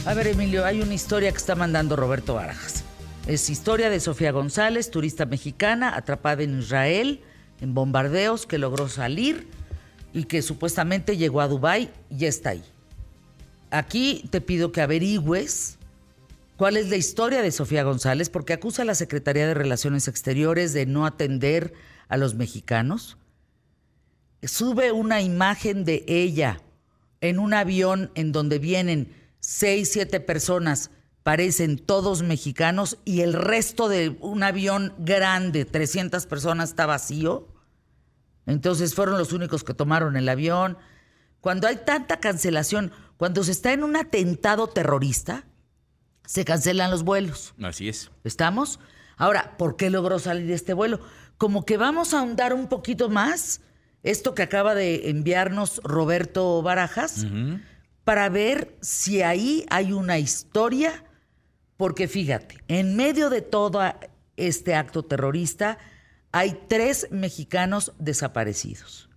A ver, Emilio, hay una historia que está mandando Roberto Barajas. Es historia de Sofía González, turista mexicana, atrapada en Israel, en bombardeos, que logró salir y que supuestamente llegó a Dubái y ya está ahí. Aquí te pido que averigües cuál es la historia de Sofía González, porque acusa a la Secretaría de Relaciones Exteriores de no atender a los mexicanos. Sube una imagen de ella en un avión en donde vienen 6, 7 personas, parecen todos mexicanos, y el resto de un avión grande, 300 personas, está vacío. Entonces fueron los únicos que tomaron el avión. Cuando hay tanta cancelación, cuando se está en un atentado terrorista, se cancelan los vuelos. Así es. ¿Estamos? Ahora, ¿por qué logró salir este vuelo? Como que vamos a ahondar un poquito más esto que acaba de enviarnos Roberto Barajas, para ver si ahí hay una historia, porque fíjate, en medio de todo este acto terrorista hay 3 mexicanos desaparecidos.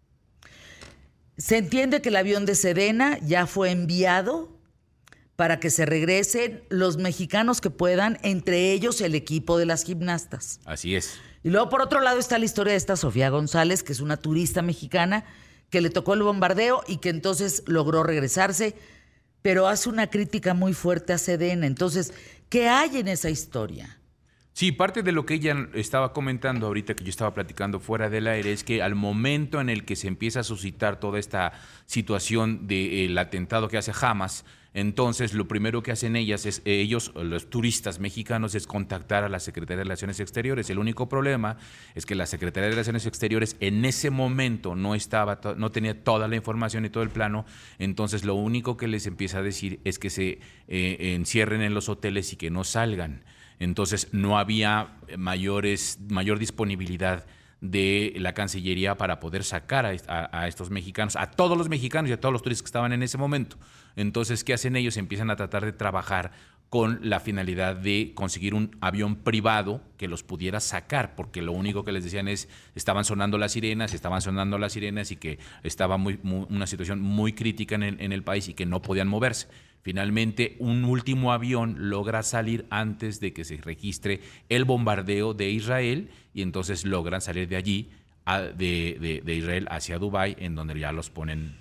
Se entiende que el avión de Sedena ya fue enviado para que se regresen los mexicanos que puedan, entre ellos el equipo de las gimnastas. Así es. Y luego, por otro lado, está la historia de esta Sofía González, que es una turista mexicana que le tocó el bombardeo y que entonces logró regresarse, pero hace una crítica muy fuerte a Sedena. Entonces, ¿qué hay en esa historia? Sí, parte de lo que ella estaba comentando ahorita, que yo estaba platicando fuera del aire, es que al momento en el que se empieza a suscitar toda esta situación del atentado que hace Hamas, entonces lo primero que hacen ellos, los turistas mexicanos, es contactar a la Secretaría de Relaciones Exteriores. El único problema es que la Secretaría de Relaciones Exteriores en ese momento no tenía toda la información y todo el plano. Entonces lo único que les empieza a decir es que se encierren en los hoteles y que no salgan. Entonces no había mayor disponibilidad de la Cancillería para poder sacar a estos mexicanos, a todos los mexicanos y a todos los turistas que estaban en ese momento. Entonces, ¿qué hacen ellos? Empiezan a tratar de trabajar con la finalidad de conseguir un avión privado que los pudiera sacar, porque lo único que les decían es, estaban sonando las sirenas y que estaba una situación muy crítica en el país y que no podían moverse. Finalmente, un último avión logra salir antes de que se registre el bombardeo de Israel y entonces logran salir de allí, de Israel hacia Dubái, en donde ya los ponen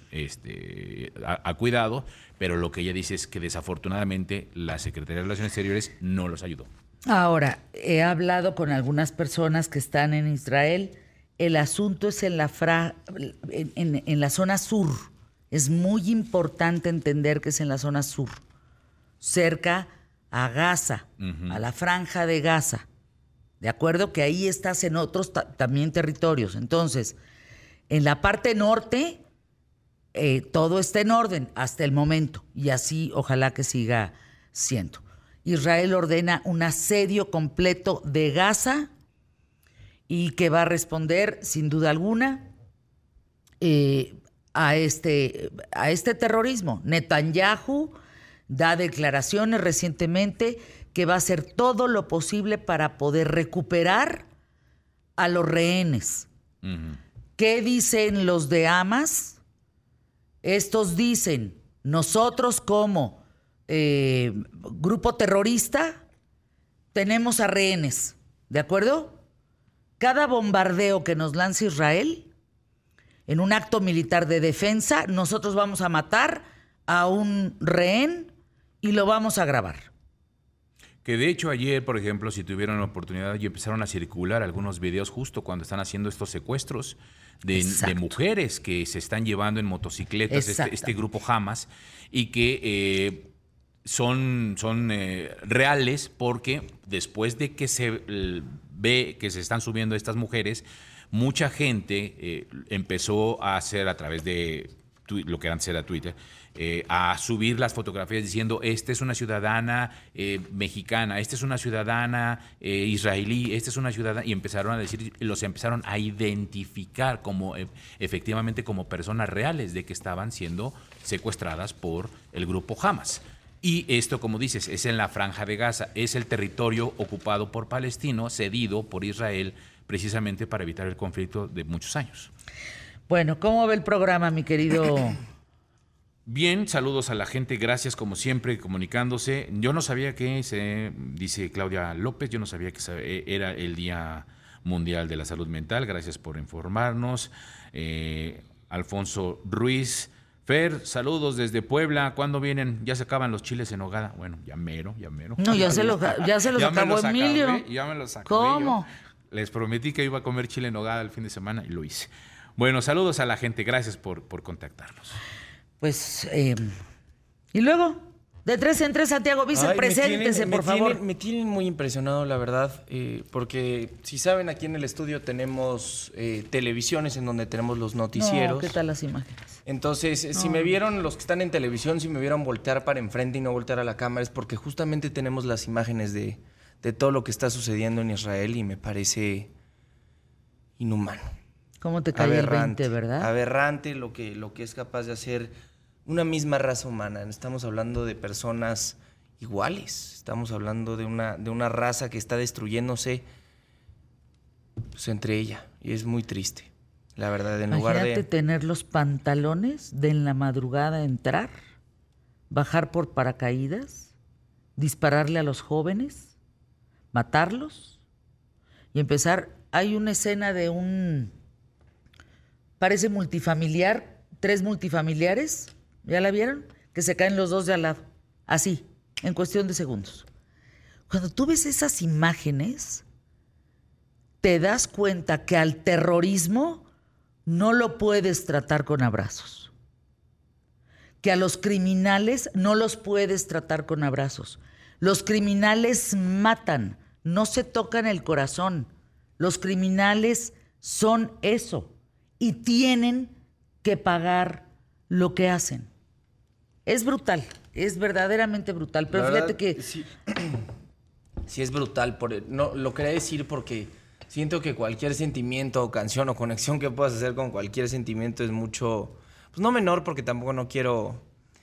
a cuidado, pero lo que ella dice es que desafortunadamente la Secretaría de Relaciones Exteriores no los ayudó. Ahora, he hablado con algunas personas que están en Israel. El asunto es en la zona sur. Es muy importante entender que es en la zona sur, cerca a Gaza, a la franja de Gaza. ¿De acuerdo? Que ahí estás en otros también territorios. Entonces, en la parte norte, todo está en orden hasta el momento. Y así ojalá que siga siendo. Israel ordena un asedio completo de Gaza y que va a responder, sin duda alguna, a este terrorismo. Netanyahu da declaraciones recientemente que va a hacer todo lo posible para poder recuperar a los rehenes. ¿Qué dicen los de Hamas? Estos dicen, nosotros como grupo terrorista tenemos a rehenes, ¿de acuerdo? Cada bombardeo que nos lance Israel, en un acto militar de defensa, nosotros vamos a matar a un rehén y lo vamos a grabar. Que de hecho ayer, por ejemplo, si tuvieron la oportunidad y empezaron a circular algunos videos justo cuando están haciendo estos secuestros de mujeres que se están llevando en motocicletas, este grupo Hamas, y que son reales, porque después de que se ve que se están subiendo estas mujeres, mucha gente empezó a hacer a través de lo que antes era Twitter, a subir las fotografías diciendo, esta es una ciudadana mexicana, esta es una ciudadana israelí, esta es una ciudadana, y empezaron a decir, los empezaron a identificar como efectivamente como personas reales de que estaban siendo secuestradas por el grupo Hamas. Y esto, como dices, es en la Franja de Gaza, es el territorio ocupado por palestinos, cedido por Israel, precisamente para evitar el conflicto de muchos años. Bueno, ¿cómo ve el programa, mi querido Bien, saludos a la gente, gracias como siempre comunicándose. Yo no sabía dice Claudia López, yo no sabía que era el Día Mundial de la Salud Mental, gracias por informarnos. Alfonso Ruiz, Fer, saludos desde Puebla, ¿cuándo vienen? Ya se acaban los chiles en nogada. Bueno, ya mero. No, ya se los acabó Emilio. Ya me los acabé. ¿Cómo? Les prometí que iba a comer chile en nogada el fin de semana y lo hice. Bueno, saludos a la gente, gracias por contactarnos. Pues, y luego, de 3 en 3, Santiago, preséntese, por favor. Me tienen muy impresionado, la verdad, porque si saben, aquí en el estudio tenemos televisiones en donde tenemos los noticieros. No, ¿qué tal las imágenes? Entonces, si me vieron, los que están en televisión, si me vieron voltear para enfrente y no voltear a la cámara, es porque justamente tenemos las imágenes de todo lo que está sucediendo en Israel y me parece inhumano. ¿Cómo te cae el 20, verdad? Aberrante lo que es capaz de hacer una misma raza humana. Estamos hablando de personas iguales. Estamos hablando de una raza que está destruyéndose pues, entre ella. Y es muy triste, la verdad. Imagínate tener los pantalones de en la madrugada entrar, bajar por paracaídas, dispararle a los jóvenes, matarlos y empezar. Hay una escena de parece multifamiliar, 3 multifamiliares, ¿ya la vieron? Que se caen los 2 de al lado, así, en cuestión de segundos. Cuando tú ves esas imágenes, te das cuenta que al terrorismo no lo puedes tratar con abrazos. Que a los criminales no los puedes tratar con abrazos. Los criminales matan, no se tocan el corazón. Los criminales son eso y tienen que pagar lo que hacen. Es brutal, es verdaderamente brutal, pero fíjate que... Sí es brutal, no, lo quería decir porque siento que cualquier sentimiento o canción o conexión que puedas hacer con cualquier sentimiento es mucho, pues no menor, porque tampoco no quiero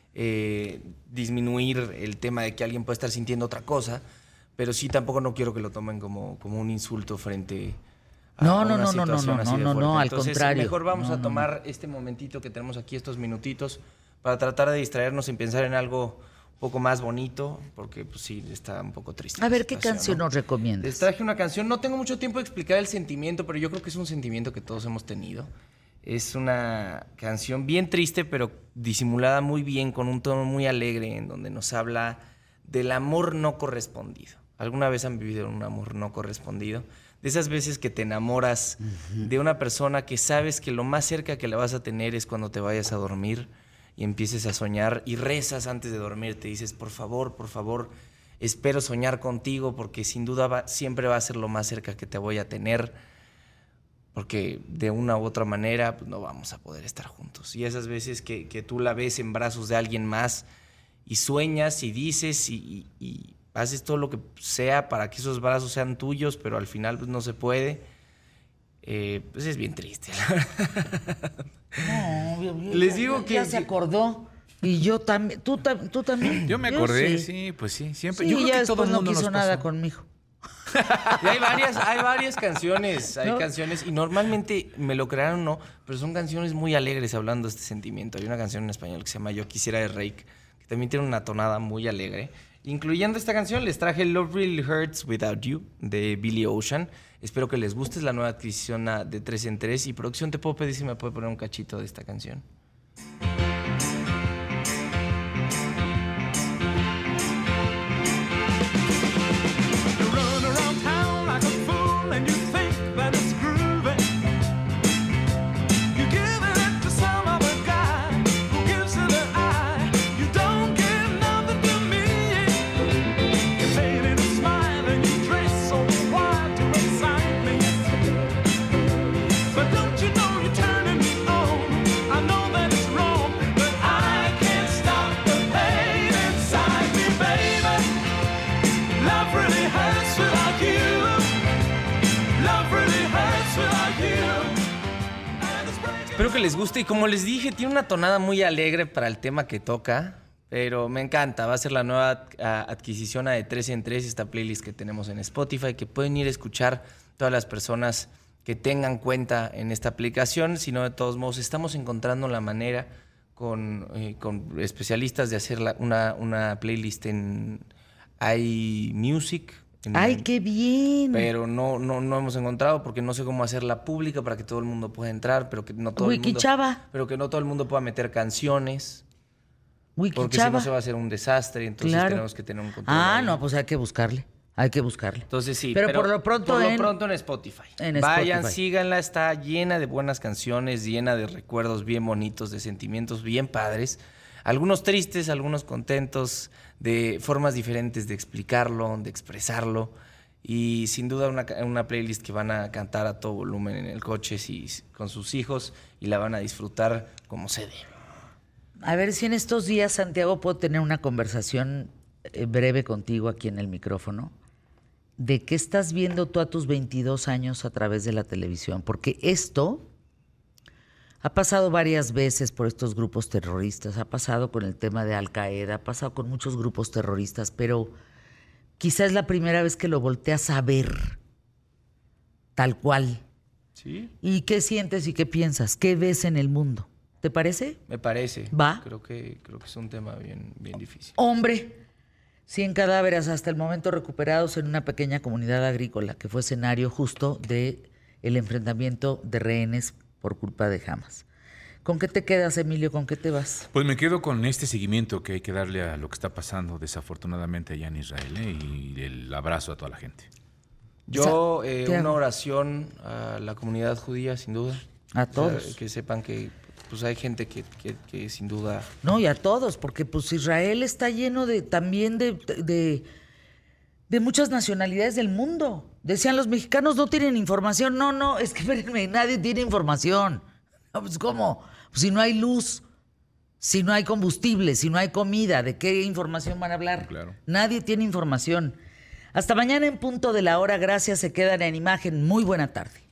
disminuir el tema de que alguien pueda estar sintiendo otra cosa, pero sí tampoco no quiero que lo tomen como un insulto frente a una situación así de fuerte. No, al Entonces, contrario. Mejor vamos a tomar este momentito que tenemos aquí, estos minutitos, para tratar de distraernos y pensar en algo un poco más bonito, porque pues sí, está un poco triste. A ver, ¿qué canción nos recomiendas? Les traje una canción, no tengo mucho tiempo de explicar el sentimiento, pero yo creo que es un sentimiento que todos hemos tenido. Es una canción bien triste, pero disimulada muy bien, con un tono muy alegre, en donde nos habla del amor no correspondido. ¿Alguna vez han vivido un amor no correspondido? De esas veces que te enamoras de una persona que sabes que lo más cerca que la vas a tener es cuando te vayas a dormir y empieces a soñar y rezas antes de dormir. Te dices, por favor, espero soñar contigo porque sin duda siempre va a ser lo más cerca que te voy a tener, porque de una u otra manera pues, no vamos a poder estar juntos. Y esas veces que tú la ves en brazos de alguien más y sueñas y dices y haces todo lo que sea para que esos brazos sean tuyos, pero al final pues, no se puede. Pues es bien triste, la verdad. No, les digo que ya se acordó. Y yo también. ¿Tú también? Yo me acordé, sí, pues sí, siempre. Sí, yo creo ya que todo el no mundo quiso nos nada pasó. conmigo. Y hay varias canciones, hay canciones, y normalmente, me lo crearon o no, pero son canciones muy alegres hablando de este sentimiento. Hay una canción en español que se llama Yo Quisiera de Rake, que también tiene una tonada muy alegre. Incluyendo esta canción, les traje Love Really Hurts Without You, de Billy Ocean. Espero que les guste, es la nueva adquisición de 3 en 3. Y producción, te puedo pedir si me puede poner un cachito de esta canción. Espero que les guste y como les dije, tiene una tonada muy alegre para el tema que toca, pero me encanta. Va a ser la nueva adquisición de 3 en 3, esta playlist que tenemos en Spotify, que pueden ir a escuchar todas las personas que tengan cuenta en esta aplicación. Si no, de todos modos, estamos encontrando la manera con especialistas de hacer una playlist en iMusic. ¡Ay, qué bien! Pero no hemos encontrado porque no sé cómo hacerla pública para que todo el mundo pueda entrar, pero que no todo el mundo, pero que no todo el mundo pueda meter canciones. Porque si no se va a hacer un desastre, entonces tenemos que tener un control. No, pues hay que buscarle. Hay que buscarle. Entonces sí, pero por lo pronto en Spotify. Vayan, síganla, está llena de buenas canciones, llena de recuerdos bien bonitos, de sentimientos bien padres. Algunos tristes, algunos contentos, de formas diferentes de explicarlo, de expresarlo. Y sin duda una playlist que van a cantar a todo volumen en el coche con sus hijos y la van a disfrutar como se debe. A ver si en estos días, Santiago, puedo tener una conversación breve contigo aquí en el micrófono. ¿De qué estás viendo tú a tus 22 años a través de la televisión? Porque esto ha pasado varias veces por estos grupos terroristas, ha pasado con el tema de Al-Qaeda, ha pasado con muchos grupos terroristas, pero quizás es la primera vez que lo volteas a ver tal cual. ¿Sí? ¿Y qué sientes y qué piensas? ¿Qué ves en el mundo? ¿Te parece? Me parece. ¿Va? Creo que es un tema bien difícil. Hombre, 100 cadáveres hasta el momento recuperados en una pequeña comunidad agrícola que fue escenario justo de el enfrentamiento de rehenes por culpa de Hamas. ¿Con qué te quedas, Emilio? ¿Con qué te vas? Pues me quedo con este seguimiento que hay que darle a lo que está pasando desafortunadamente allá en Israel, y el abrazo a toda la gente. Yo, una oración a la comunidad judía, sin duda. A todos. O sea, que sepan que pues hay gente que sin duda... No, y a todos, porque pues Israel está lleno también de muchas nacionalidades del mundo. Decían, los mexicanos no tienen información. No, es que espérenme, nadie tiene información. Pues, ¿cómo? Pues, si no hay luz, si no hay combustible, si no hay comida, ¿de qué información van a hablar? Claro. Nadie tiene información. Hasta mañana en punto de la hora. Gracias, se quedan en Imagen. Muy buena tarde.